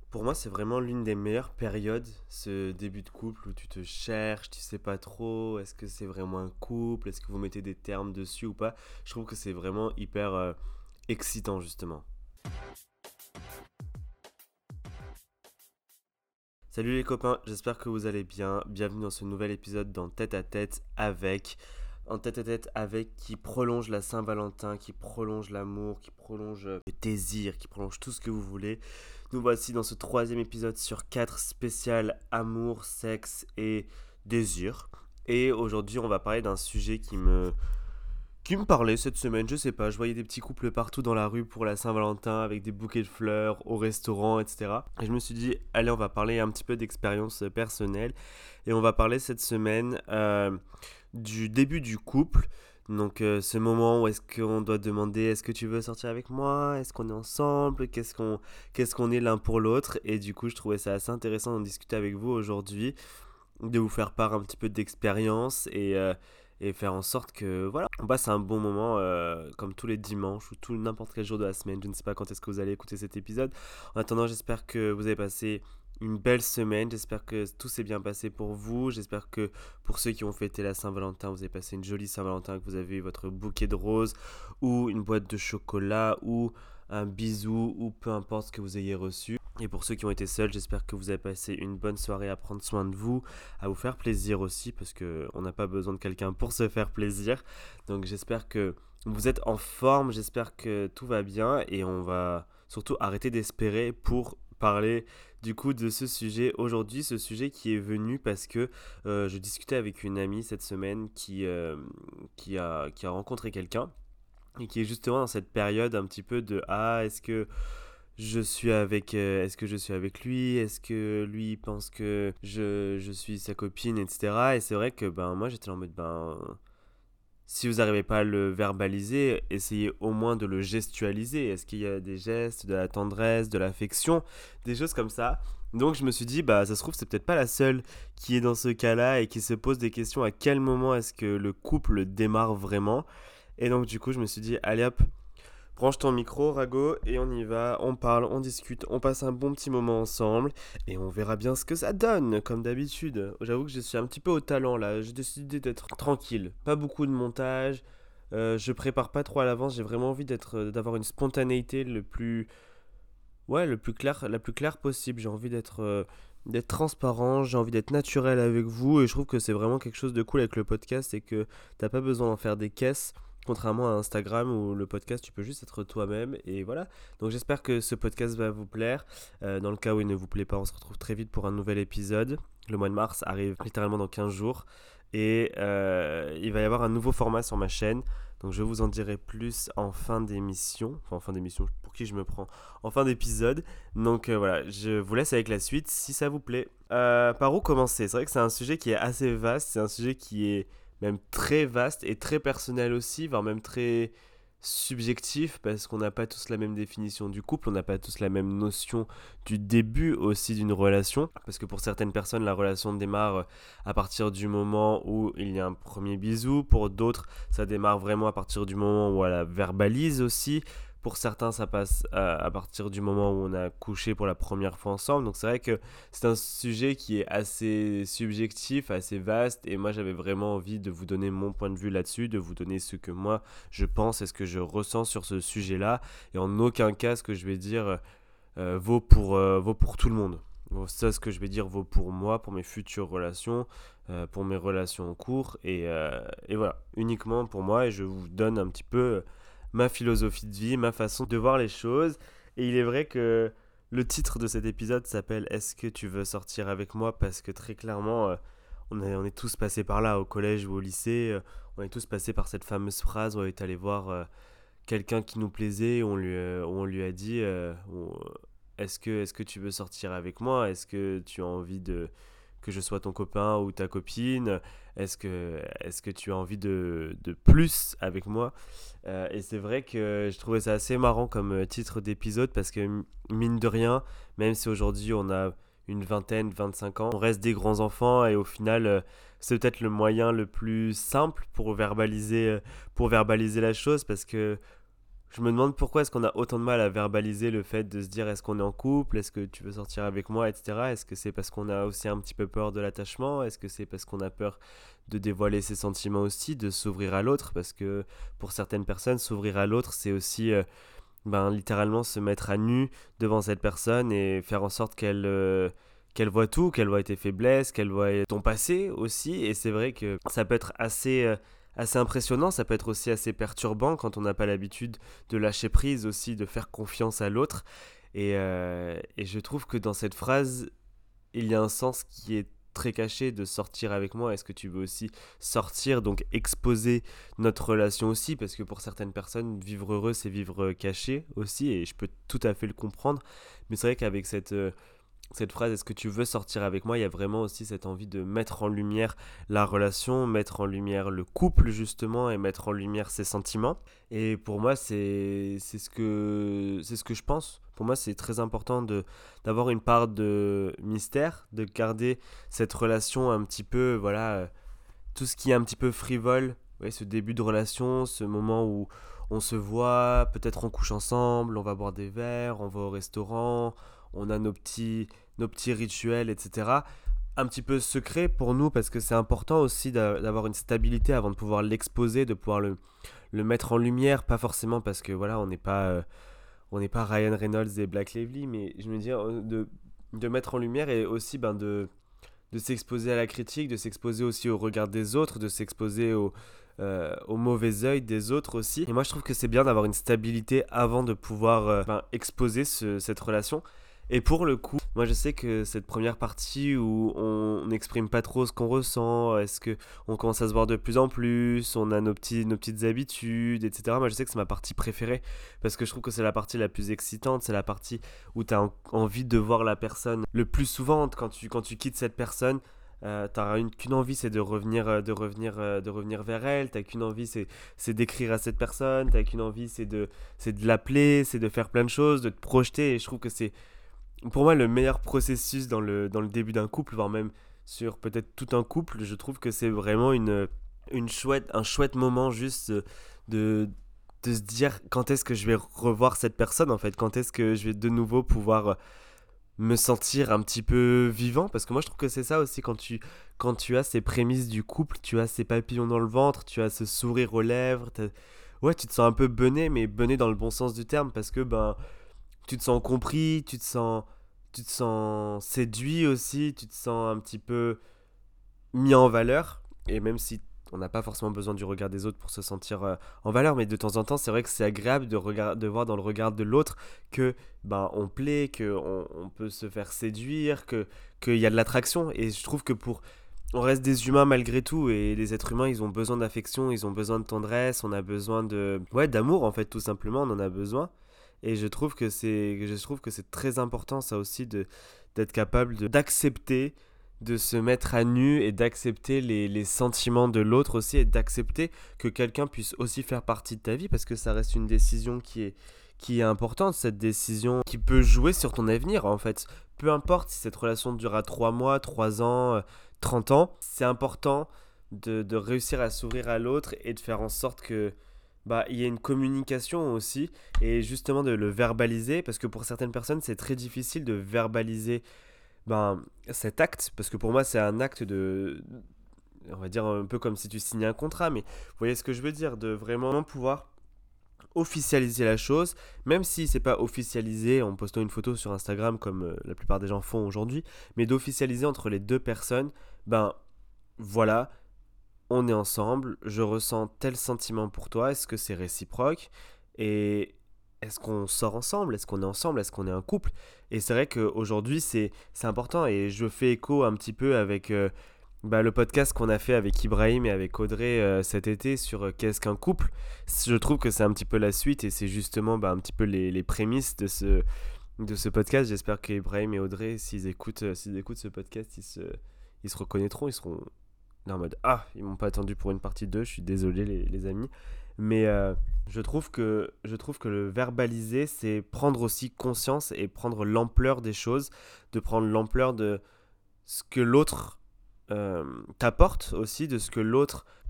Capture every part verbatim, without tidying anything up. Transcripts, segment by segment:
Pour moi, c'est vraiment l'une des meilleures périodes, ce début de couple où tu te cherches, tu sais pas trop, est-ce que c'est vraiment un couple, est-ce que vous mettez des termes dessus ou pas. Je trouve que c'est vraiment hyper euh, excitant justement. Salut les copains, j'espère que vous allez bien. Bienvenue dans ce nouvel épisode dans Tête à Tête avec. En tête à tête avec qui prolonge la Saint-Valentin, qui prolonge l'amour, qui prolonge euh, le désir, qui prolonge tout ce que vous voulez. Nous voici dans ce troisième épisode sur quatre spécial amour, sexe et désir. Et aujourd'hui, on va parler d'un sujet qui me qui me parlait cette semaine, je sais pas, je voyais des petits couples partout dans la rue pour la Saint-Valentin avec des bouquets de fleurs au restaurant, et cetera. Et je me suis dit, allez, on va parler un petit peu d'expérience personnelle et on va parler cette semaine euh, du début du couple. Donc euh, ce moment où est-ce qu'on doit demander est-ce que tu veux sortir avec moi, est-ce qu'on est ensemble, qu'est-ce qu'on, qu'est-ce qu'on est l'un pour l'autre. Et du coup je trouvais ça assez intéressant d'en discuter avec vous aujourd'hui, de vous faire part un petit peu d'expérience et, euh, et faire en sorte que voilà, on passe un bon moment euh, comme tous les dimanches ou tout n'importe quel jour de la semaine. Je ne sais pas quand est-ce que vous allez écouter cet épisode. En attendant, j'espère que vous avez passé une belle semaine. J'espère que tout s'est bien passé pour vous. J'espère que pour ceux qui ont fêté la Saint-Valentin, vous avez passé une jolie Saint-Valentin, que vous avez eu votre bouquet de roses ou une boîte de chocolat ou un bisou ou peu importe ce que vous ayez reçu. Et pour ceux qui ont été seuls, j'espère que vous avez passé une bonne soirée à prendre soin de vous, à vous faire plaisir aussi, parce qu'on n'a pas besoin de quelqu'un pour se faire plaisir. Donc j'espère que vous êtes en forme, j'espère que tout va bien, et on va surtout arrêter d'espérer pour parler du coup de ce sujet aujourd'hui, ce sujet qui est venu parce que euh, je discutais avec une amie cette semaine qui, euh, qui, a, qui a rencontré quelqu'un et qui est justement dans cette période un petit peu de ah est-ce que je suis avec euh, est-ce que je suis avec lui, est-ce que lui pense que je, je suis sa copine, etc. Et c'est vrai que ben moi j'étais en mode ben si vous n'arrivez pas à le verbaliser, essayez au moins de le gestualiser. Est-ce qu'il y a des gestes, de la tendresse, de l'affection, des choses comme ça. Donc je me suis dit, bah ça se trouve, c'est peut-être pas la seule qui est dans ce cas-là et qui se pose des questions à quel moment est-ce que le couple démarre vraiment. Et donc du coup, je me suis dit, allez hop, branche ton micro, Rago, et on y va, on parle, on discute, on passe un bon petit moment ensemble, et on verra bien ce que ça donne, comme d'habitude. J'avoue que je suis un petit peu au talent là, j'ai décidé d'être tranquille, pas beaucoup de montage, euh, je prépare pas trop à l'avance, j'ai vraiment envie d'être, euh, d'avoir une spontanéité le plus, ouais, le plus clair, la plus claire possible. J'ai envie d'être, euh, d'être transparent, j'ai envie d'être naturel avec vous, et je trouve que c'est vraiment quelque chose de cool avec le podcast, c'est que t'as pas besoin d'en faire des caisses. Contrairement à Instagram où le podcast, tu peux juste être toi-même. Et voilà. Donc j'espère que ce podcast va vous plaire. Euh, dans le cas où il ne vous plaît pas, on se retrouve très vite pour un nouvel épisode. Le mois de mars arrive littéralement dans quinze jours. Et euh, il va y avoir un nouveau format sur ma chaîne. Donc je vous en dirai plus en fin d'émission. Enfin en fin d'émission, pour qui je me prends. En fin d'épisode. Donc euh, voilà, je vous laisse avec la suite si ça vous plaît. Euh, par où commencer? C'est vrai que c'est un sujet qui est assez vaste. C'est un sujet qui est même très vaste et très personnel aussi, voire même très subjectif, parce qu'on n'a pas tous la même définition du couple, on n'a pas tous la même notion du début aussi d'une relation, parce que pour certaines personnes, la relation démarre à partir du moment où il y a un premier bisou, pour d'autres, ça démarre vraiment à partir du moment où elle verbalise aussi. Pour certains, ça passe à, à partir du moment où on a couché pour la première fois ensemble. Donc c'est vrai que c'est un sujet qui est assez subjectif, assez vaste. Et moi, j'avais vraiment envie de vous donner mon point de vue là-dessus, de vous donner ce que moi, je pense et ce que je ressens sur ce sujet-là. Et en aucun cas, ce que je vais dire euh, vaut, pour, euh, vaut pour tout le monde. Bon, ça, ce que je vais dire vaut pour moi, pour mes futures relations, euh, pour mes relations en cours. Et, euh, et voilà, uniquement pour moi. Et je vous donne un petit peu ma philosophie de vie, ma façon de voir les choses. Et il est vrai que le titre de cet épisode s'appelle Est-ce que tu veux sortir avec moi? Parce que très clairement, euh, on, est, on est tous passés par là, au collège ou au lycée. Euh, on est tous passés par cette fameuse phrase où on est allé voir euh, quelqu'un qui nous plaisait, où on lui, euh, où on lui a dit euh, où, euh, est-ce que, est-ce que tu veux sortir avec moi? Est-ce que tu as envie de, que je sois ton copain ou ta copine? Est-ce que, est-ce que tu as envie de, de plus avec moi? Euh, et c'est vrai que je trouvais ça assez marrant comme euh, titre d'épisode parce que mine de rien, même si aujourd'hui on a une vingtaine, vingt-cinq ans, on reste des grands enfants et au final euh, c'est peut-être le moyen le plus simple pour verbaliser, euh, pour verbaliser la chose parce que je me demande pourquoi est-ce qu'on a autant de mal à verbaliser le fait de se dire est-ce qu'on est en couple, est-ce que tu veux sortir avec moi, et cetera. Est-ce que c'est parce qu'on a aussi un petit peu peur de l'attachement? Est-ce que c'est parce qu'on a peur de dévoiler ses sentiments aussi, de s'ouvrir à l'autre? Parce que pour certaines personnes, s'ouvrir à l'autre, c'est aussi euh, ben, littéralement se mettre à nu devant cette personne et faire en sorte qu'elle... euh, qu'elle voit tout, qu'elle voit tes faiblesses, qu'elle voit ton passé aussi. Et c'est vrai que ça peut être assez, euh, assez impressionnant, ça peut être aussi assez perturbant quand on n'a pas l'habitude de lâcher prise aussi, de faire confiance à l'autre. Et, euh, et je trouve que dans cette phrase, il y a un sens qui est très caché de sortir avec moi. Est-ce que tu veux aussi sortir, donc exposer notre relation aussi? Parce que pour certaines personnes, vivre heureux, c'est vivre caché aussi. Et je peux tout à fait le comprendre. Mais c'est vrai qu'avec cette... euh, cette phrase, est-ce que tu veux sortir avec moi? Il y a vraiment aussi cette envie de mettre en lumière la relation, mettre en lumière le couple justement et mettre en lumière ses sentiments. Et pour moi, c'est c'est ce que c'est ce que je pense. Pour moi, c'est très important de d'avoir une part de mystère, de garder cette relation un petit peu, voilà, euh, tout ce qui est un petit peu frivole. Ouais, ce début de relation, ce moment où on se voit, peut-être on couche ensemble, on va boire des verres, on va au restaurant, on a nos petits, nos petits rituels, et cetera. Un petit peu secret pour nous parce que c'est important aussi d'a- d'avoir une stabilité avant de pouvoir l'exposer, de pouvoir le, le mettre en lumière, pas forcément parce que voilà, on n'est pas, euh, on n'est pas Ryan Reynolds et Black Lively, mais je me dis euh, de, de mettre en lumière et aussi ben, de, de s'exposer à la critique, de s'exposer aussi au regard des autres, de s'exposer au, euh, au mauvais œil des autres aussi. Et moi je trouve que c'est bien d'avoir une stabilité avant de pouvoir euh, ben, exposer ce- cette relation. Et pour le coup, moi je sais que cette première partie où on n'exprime pas trop ce qu'on ressent, est-ce que on commence à se voir de plus en plus, on a nos, petits, nos petites habitudes, et cetera. Moi je sais que c'est ma partie préférée parce que je trouve que c'est la partie la plus excitante, c'est la partie où tu as envie de voir la personne le plus souvent quand tu, quand tu quittes cette personne. Euh, t'as une, qu'une envie, c'est de revenir, euh, de revenir, euh, de revenir vers elle. T'as qu'une envie, c'est, c'est d'écrire à cette personne. T'as qu'une envie, c'est de, c'est de l'appeler, c'est de faire plein de choses, de te projeter. Et je trouve que c'est, pour moi, le meilleur processus dans le, dans le début d'un couple, voire même sur peut-être tout un couple. Je trouve que c'est vraiment une, une chouette, un chouette moment juste euh, de, de se dire quand est-ce que je vais revoir cette personne en fait, quand est-ce que je vais de nouveau pouvoir me sentir un petit peu vivant, parce que moi je trouve que c'est ça aussi quand tu, quand tu as ces prémices du couple, tu as ces papillons dans le ventre, tu as ce sourire aux lèvres, t'as- ouais, tu te sens un peu bené, mais bené dans le bon sens du terme, parce que ben tu te sens compris, tu te sens tu te sens séduit aussi, tu te sens un petit peu mis en valeur. Et même si on n'a pas forcément besoin du regard des autres pour se sentir euh, en valeur, mais de temps en temps, c'est vrai que c'est agréable de, regard- de voir dans le regard de l'autre que ben, on plaît, qu'on on peut se faire séduire, que qu'il y a de l'attraction. Et je trouve que pour on reste des humains malgré tout, et les êtres humains ils ont besoin d'affection, ils ont besoin de tendresse, on a besoin de ouais d'amour en fait, tout simplement, on en a besoin. Et je trouve que c'est je trouve que c'est très important ça aussi de d'être capable de d'accepter de se mettre à nu et d'accepter les, les sentiments de l'autre aussi, et d'accepter que quelqu'un puisse aussi faire partie de ta vie, parce que ça reste une décision qui est, qui est importante, cette décision qui peut jouer sur ton avenir en fait. Peu importe si cette relation durera trois mois, trois ans, euh, trente ans, c'est important de, de réussir à s'ouvrir à l'autre et de faire en sorte que bah, il y ait une communication aussi, et justement de le verbaliser, parce que pour certaines personnes c'est très difficile de verbaliser ben, cet acte, parce que pour moi c'est un acte de, on va dire un peu comme si tu signais un contrat, mais vous voyez ce que je veux dire, de vraiment pouvoir officialiser la chose, même si c'est pas officialisé en postant une photo sur Instagram comme euh, la plupart des gens font aujourd'hui, mais d'officialiser entre les deux personnes, ben voilà, on est ensemble, je ressens tel sentiment pour toi, est-ce que c'est réciproque? Et est-ce qu'on sort ensemble? Est-ce qu'on est ensemble? Est-ce qu'on est un couple? Et c'est vrai qu'aujourd'hui, c'est, c'est important, et je fais écho un petit peu avec euh, bah, le podcast qu'on a fait avec Ibrahim et avec Audrey euh, cet été sur euh, qu'est-ce qu'un couple. Je trouve que c'est un petit peu la suite, et c'est justement bah, un petit peu les, les prémices de ce, de ce podcast. J'espère qu'Ibrahim et Audrey, s'ils écoutent, euh, s'ils écoutent ce podcast, ils se, ils se reconnaîtront, ils seront là en mode ah, ils m'ont pas attendu pour une partie deux, je suis désolé les, les amis. Mais euh, je, trouve que, je trouve que le verbaliser, c'est prendre aussi conscience et prendre l'ampleur des choses, de prendre l'ampleur de ce que l'autre euh, t'apporte aussi, de ce que l'autre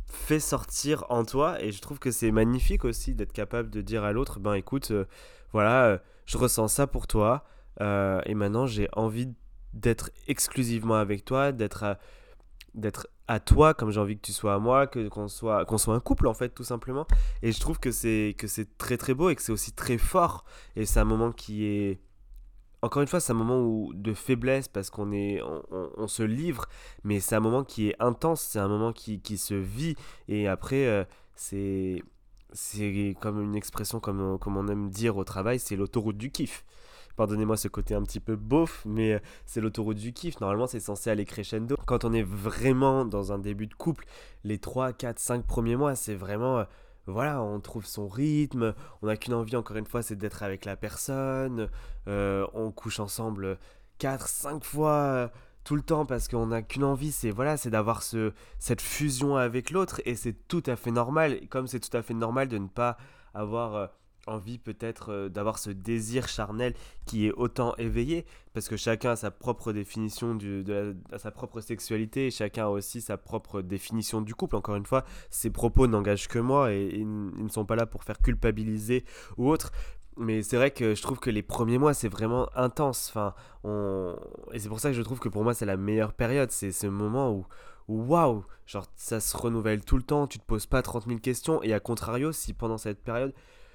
fait sortir en toi, et je trouve que c'est magnifique aussi d'être capable de dire à l'autre, ben écoute, euh, voilà, euh, je ressens ça pour toi, euh, et maintenant j'ai envie d'être exclusivement avec toi, d'être à, d'être à toi comme j'ai envie que tu sois à moi, que qu'on soit qu'on soit un couple en fait tout simplement. Et je trouve que c'est que c'est très très beau et que c'est aussi très fort, et c'est un moment qui est, encore une fois, c'est un moment où, de faiblesse, parce qu'on est, on, on- on se livre, mais c'est un moment qui est intense, c'est un moment qui, qui se vit, et après, euh, c'est, c'est comme une expression, comme on, comme on aime dire au travail, c'est l'autoroute du kiff. Pardonnez-moi ce côté un petit peu beauf, mais euh, c'est l'autoroute du kiff. Normalement, c'est censé aller crescendo. Quand on est vraiment dans un début de couple, les trois, quatre, cinq premiers mois, c'est vraiment, euh, voilà, on trouve son rythme, on n'a qu'une envie, encore une fois, c'est d'être avec la personne, euh, on couche ensemble quatre cinq fois euh, tout le temps, parce qu'on n'a qu'une envie, c'est voilà, c'est d'avoir ce, cette fusion avec l'autre, et c'est tout à fait normal, comme c'est tout à fait normal de ne pas avoir euh, envie peut-être euh, d'avoir ce désir charnel qui est autant éveillé, parce que chacun a sa propre définition du, de la- a sa propre sexualité, et chacun a aussi sa propre définition du couple. Encore une fois, ces propos n'engagent que moi, et, et ils ne sont pas là pour faire culpabiliser ou autre. Mais c'est vrai que je trouve que les premiers mois, c'est vraiment intense. Enfin, on... Et c'est pour ça que je trouve que pour moi, c'est la meilleure période. C'est ce moment où, où waouh, genre ça se renouvelle tout le temps, tu te poses pas trente mille questions. Et à contrario, si pendant cette période,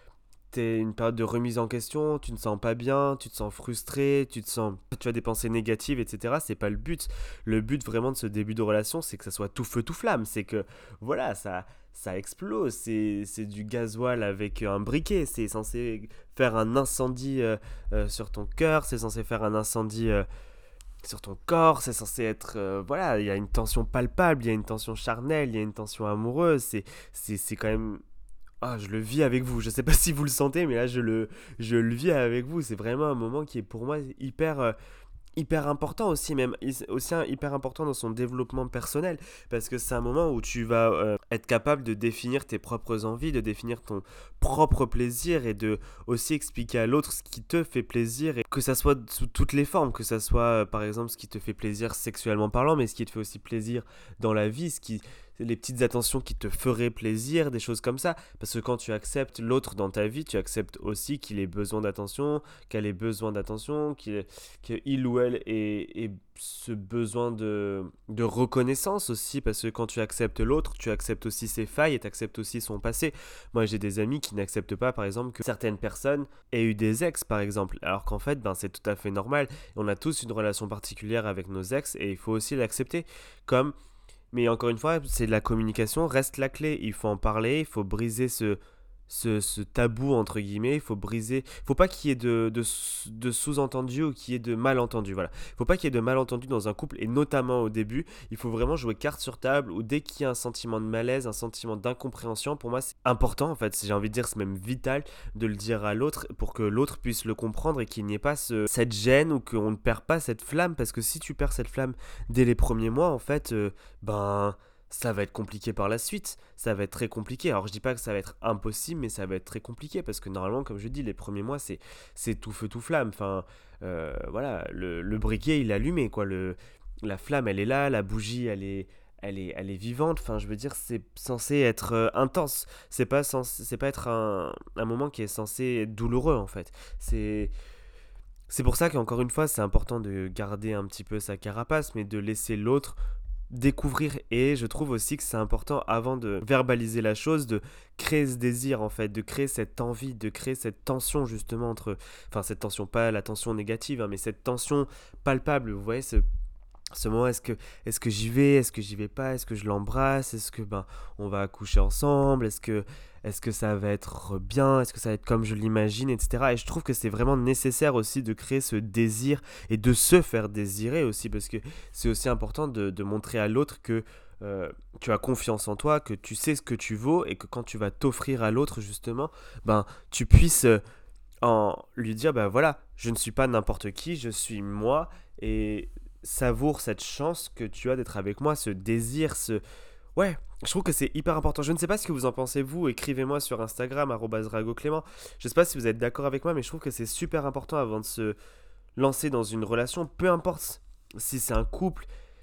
t'es une période de remise en question, tu ne sens pas bien, tu te sens frustré, tu te sens, tu as des pensées négatives, et cetera. C'est pas le but. Le but vraiment de ce début de relation, c'est que ça soit tout feu tout flamme. C'est que voilà, ça, ça explose. C'est, c'est du gasoil avec un briquet. C'est censé faire un incendie euh, euh, sur ton cœur. C'est censé faire un incendie euh, sur ton corps. C'est censé être euh, voilà, il y a une tension palpable, il y a une tension charnelle, il y a une tension amoureuse. C'est, c'est, c'est quand même, ah, je le vis avec vous. Je sais pas si vous le sentez, mais là, je le, je le vis avec vous. C'est vraiment un moment qui est pour moi hyper, euh, hyper important aussi, même is- aussi un- hyper important dans son développement personnel, parce que c'est un moment où tu vas euh, être capable de définir tes propres envies, de définir ton propre plaisir, et de aussi expliquer à l'autre ce qui te fait plaisir, et que ça soit sous toutes les formes, que ça soit euh, par exemple ce qui te fait plaisir sexuellement parlant, mais ce qui te fait aussi plaisir dans la vie, ce qui les petites attentions qui te feraient plaisir, des choses comme ça. Parce que quand tu acceptes l'autre dans ta vie, tu acceptes aussi qu'il ait besoin d'attention, qu'elle ait besoin d'attention, qu'il qu'il ou elle ait, ait ce besoin de, de reconnaissance aussi. Parce que quand tu acceptes l'autre, tu acceptes aussi ses failles, et tu acceptes aussi son passé. Moi, j'ai des amis qui n'acceptent pas, par exemple, que certaines personnes aient eu des ex, par exemple. Alors qu'en fait, ben, c'est tout à fait normal. On a tous une relation particulière avec nos ex, et il faut aussi l'accepter. Comme Mais encore une fois, c'est de la communication, reste la clé. Il faut en parler, il faut briser ce, ce, ce tabou, entre guillemets. Il faut briser. Il faut pas qu'il y ait de, de, sous- de sous-entendus, ou qu'il y ait de malentendus. Voilà. Il faut pas qu'il y ait de malentendus dans un couple, et notamment au début. Il faut vraiment jouer carte sur table, ou dès qu'il y a un sentiment de malaise, un sentiment d'incompréhension, pour moi, c'est important, en fait. J'ai envie de dire, c'est même vital de le dire à l'autre, pour que l'autre puisse le comprendre, et qu'il n'y ait pas ce- cette gêne, ou qu'on ne perd pas cette flamme. Parce que si tu perds cette flamme dès les premiers mois, en fait. euh, ben ça va être compliqué par la suite, ça va être très compliqué. Alors je dis pas que ça va être impossible, mais ça va être très compliqué, parce que normalement, comme je dis, les premiers mois, c'est c'est tout feu tout flamme. Enfin, euh, voilà, le, le briquet il est allumé, quoi. Le, la flamme elle est là, la bougie elle est elle est, elle est vivante. Enfin, je veux dire, c'est censé être euh, intense. C'est pas censé, c'est pas être un, un moment qui est censé être douloureux, en fait. C'est c'est pour ça qu'encore une fois, c'est important de garder un petit peu sa carapace, mais de laisser l'autre découvrir. Et je trouve aussi que c'est important, avant de verbaliser la chose, de créer ce désir, en fait, de créer cette envie, de créer cette tension justement entre, enfin cette tension, pas la tension négative, hein, mais cette tension palpable. Vous voyez, ce ce moment, est-ce que est-ce que j'y vais, est-ce que j'y vais pas, est-ce que je l'embrasse, est-ce que ben on va accoucher ensemble, est-ce que est-ce que ça va être bien, est-ce que ça va être comme je l'imagine, et cetera. Et je trouve que c'est vraiment nécessaire aussi de créer ce désir, et de se faire désirer aussi, parce que c'est aussi important de, de montrer à l'autre que euh, tu as confiance en toi, que tu sais ce que tu vaux, et que quand tu vas t'offrir à l'autre justement, ben tu puisses euh, en lui dire, bah voilà, je ne suis pas n'importe qui, je suis moi, et savoure cette chance que tu as d'être avec moi, ce désir, ce... Ouais, je trouve que c'est hyper important. Je ne sais pas ce que vous en pensez, vous, écrivez-moi sur Instagram, arobase ragoclément. Je ne sais pas si vous êtes d'accord avec moi, mais je trouve que c'est super important avant de se lancer dans une relation, peu importe si c'est un couple,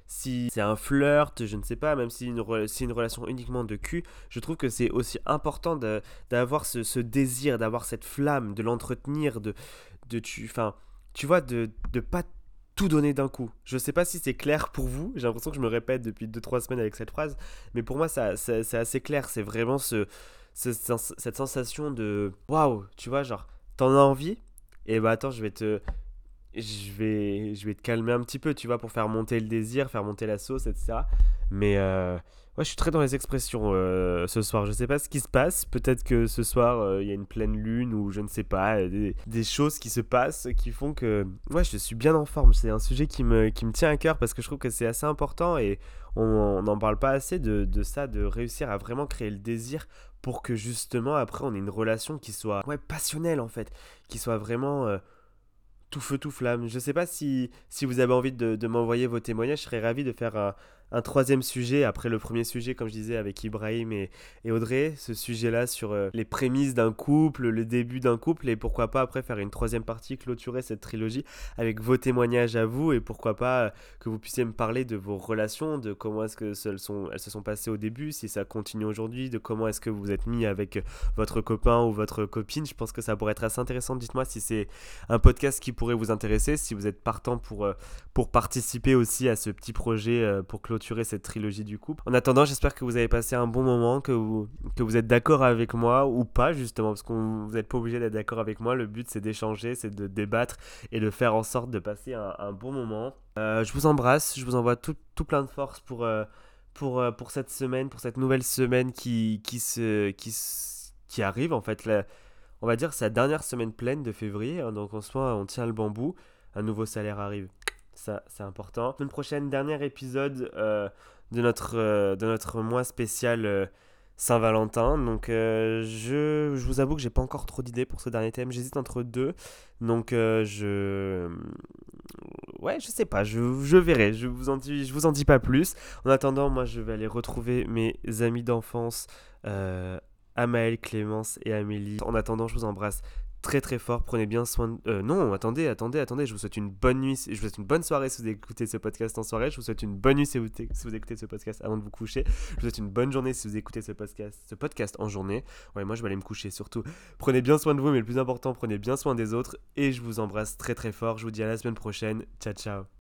si c'est un flirt, je ne sais pas, même si une re- c'est une relation uniquement de cul, je trouve que c'est aussi important de- d'avoir ce, ce désir, d'avoir cette flamme, de l'entretenir, de, de tu, enfin, tu vois, de de pas tout donner d'un coup. Je sais pas si c'est clair pour vous, j'ai l'impression que je me répète depuis deux trois semaines avec cette phrase, mais pour moi ça, ça- c'est assez clair, c'est vraiment ce, ce- sens- cette sensation de waouh, tu vois, genre t'en as envie, et bah attends, je vais te je vais, je vais te calmer un petit peu, tu vois, pour faire monter le désir, faire monter la sauce, et cetera. Mais euh, ouais, je suis très dans les expressions euh, ce soir. Je sais pas ce qui se passe. Peut-être que ce soir, euh, il y a une pleine lune ou je ne sais pas, euh, des, des choses qui se passent qui font que ouais, je suis bien en forme. C'est un sujet qui me, qui me tient à cœur parce que je trouve que c'est assez important et on n'en parle pas assez de, de ça, de réussir à vraiment créer le désir pour que justement après on ait une relation qui soit ouais, passionnelle en fait, qui soit vraiment... euh, tout feu, tout flamme. Je sais pas si, si vous avez envie de, de m'envoyer vos témoignages, je serais ravi de faire un, un troisième sujet, après le premier sujet, comme je disais, avec Ibrahim et, et Audrey, ce sujet-là sur euh, les prémices d'un couple, le début d'un couple, et pourquoi pas après faire une troisième partie, clôturer cette trilogie avec vos témoignages à vous, et pourquoi pas euh, que vous puissiez me parler de vos relations, de comment est-ce que elles, sont, elles se sont passées au début, si ça continue aujourd'hui, de comment est-ce que vous vous êtes mis avec votre copain ou votre copine. Je pense que ça pourrait être assez intéressant. Dites-moi si c'est un podcast qui pourrait vous intéresser, si vous êtes partant pour, euh, pour participer aussi à ce petit projet euh, pour clôturer cette trilogie du couple. En attendant, j'espère que vous avez passé un bon moment, que vous, que vous êtes d'accord avec moi ou pas justement, parce que vous n'êtes pas obligé d'être d'accord avec moi. Le but c'est d'échanger, c'est de débattre et de faire en sorte de passer un, un bon moment. Euh, je vous embrasse, je vous envoie tout, tout plein de force pour, euh, pour, euh, pour cette semaine, pour cette nouvelle semaine qui, qui, se, qui, se- qui arrive en fait. Là, on va dire, c'est la dernière semaine pleine de février, hein, donc en ce moment, on tient le bambou. Un nouveau salaire arrive. Ça, c'est important. Semaine prochaine, dernier épisode euh, de, notre, euh, de notre mois spécial euh, Saint-Valentin. Donc, euh, je, je vous avoue que j'ai pas encore trop d'idées pour ce dernier thème. J'hésite entre deux. Donc, euh, je. Ouais, je sais pas, je, je verrai. Je vous, en dis, je vous en dis pas plus. En attendant, moi, je vais aller retrouver mes amis d'enfance. Euh, Amaël, Clémence et Amélie. En attendant, je vous embrasse très très fort. Prenez bien soin de... Euh, non, attendez, attendez, attendez. Je vous souhaite une bonne nuit. Je vous souhaite une bonne soirée si vous écoutez ce podcast en soirée. Je vous souhaite une bonne nuit si vous, si vous écoutez ce podcast avant de vous coucher. Je vous souhaite une bonne journée si vous écoutez ce podcast, ce podcast en journée. Ouais, moi je vais aller me coucher surtout. Prenez bien soin de vous, mais le plus important, prenez bien soin des autres. Et je vous embrasse très très fort. Je vous dis à la semaine prochaine. Ciao, ciao.